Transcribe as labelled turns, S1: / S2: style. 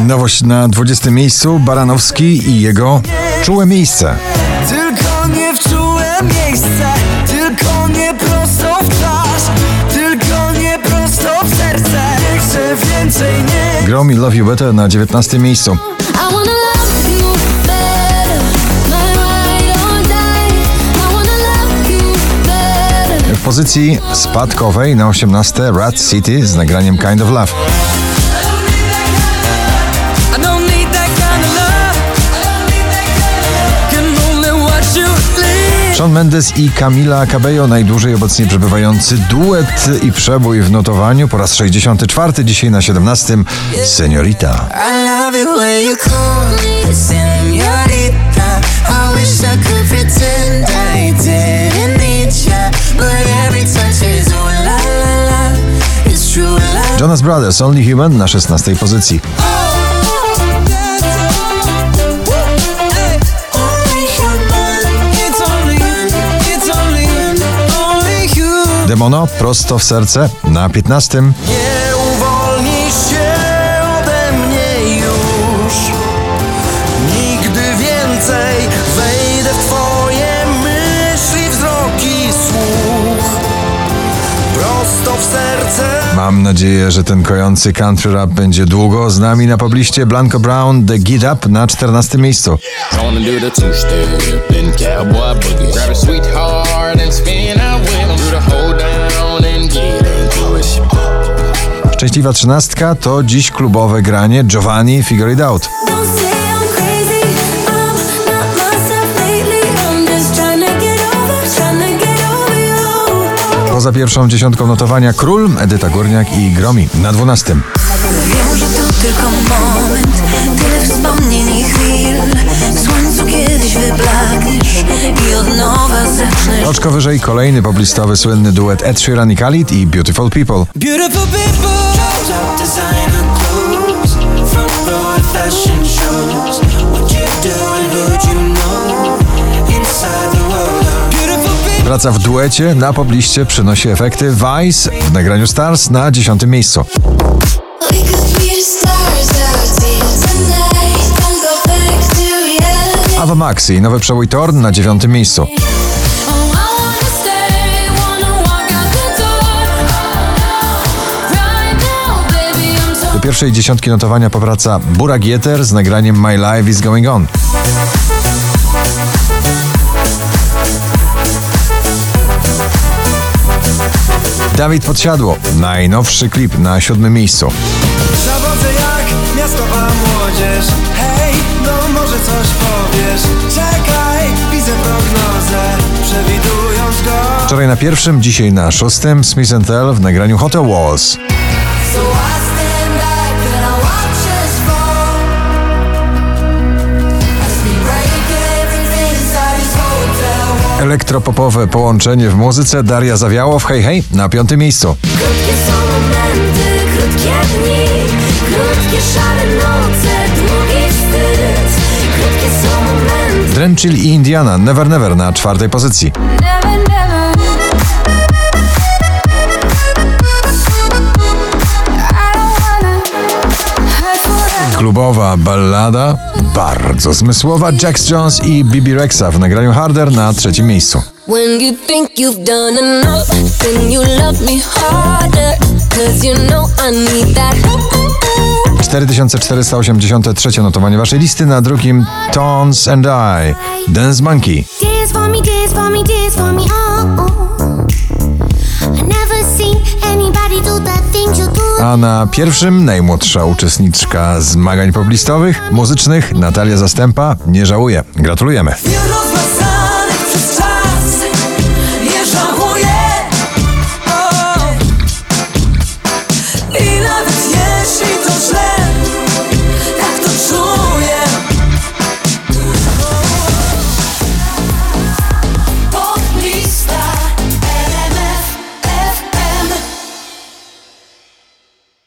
S1: Nowość na 20. miejscu, Baranowski i jego Czułe miejsce.
S2: Tylko nie w czułe miejsce, tylko nie prosto w twarz, tylko nie prosto w serce. Nie chcę więcej, nie.
S1: Gromi Love You Better na 19. miejscu. W pozycji spadkowej na 18 Rat City z nagraniem Kind of Love. Shawn Mendes i Camila Cabello, najdłużej obecnie przebywający duet i przebój w notowaniu, po raz 64, dzisiaj na 17 Señorita. Jonas Brothers, Only Human na 16 pozycji. Demono, Prosto w serce na 15.
S2: Nie uwolnisz się ode mnie już. Nigdy więcej wejdę w twoje myśli, wzroki, słuch. Prosto w serce.
S1: Mam nadzieję, że ten kojący country rap będzie długo z nami na pobliście. Blanco Brown, The Get Up na 14 miejscu. Szczęśliwa 13 to dziś klubowe granie Giovanni Figure It Out. Poza pierwszą dziesiątką notowania Król, Edyta Górniak i Gromi na 12.
S3: Wiem, że to tylko moment, tyle wspomnień i chwil. W słońcu kiedyś wyblakniesz i od nowa zaczniesz.
S1: Oczko wyżej kolejny poblistowy słynny duet Ed Sheeran i Khalid i Beautiful People.
S2: Beautiful people. Designer clothes from road fashion shows. What you do and who you know inside the world. Beautiful people.
S1: Praca w duecie na pobliście przynosi efekty. Vice w nagraniu Stars na 10. miejscu. Ava Max i nowy przebój Torn na 9. miejscu. Do pierwszej dziesiątki notowania powraca Burak Yeter z nagraniem My Life Is Going On. Dawid Podsiadło, najnowszy klip na 7. miejscu.
S2: Zawodzę jak miastowa młodzież. Hej, no może coś powiesz. Czekaj, widzę prognozę, przewidując go.
S1: Wczoraj na 1, dzisiaj na 6 Smith & Tell w nagraniu Hotel Walls. Elektropopowe połączenie w muzyce Daria Zawiałow, Hej Hej na 5. miejscu.
S3: Krótkie są momenty, krótkie dni, krótkie szare noce, długi wstyd. Krótkie są momenty.
S1: Drenchill i Indiana, Never Never na 4. pozycji. Klubowa ballada, bardzo zmysłowa, Jax Jones i Bibi Rexa w nagraniu Harder na 3. miejscu.
S3: When you think you've done enough, then you love me harder, 'cause you know I need that.
S1: 4483 notowanie waszej listy, na drugim Tones and I, Dance Monkey.
S3: Dance for me, dance for me, dance for me, oh, oh. I never seen anybody do the things you do.
S1: A na pierwszym najmłodsza uczestniczka zmagań poblistowych, muzycznych, Natalia Zastępa, Nie żałuję. Gratulujemy.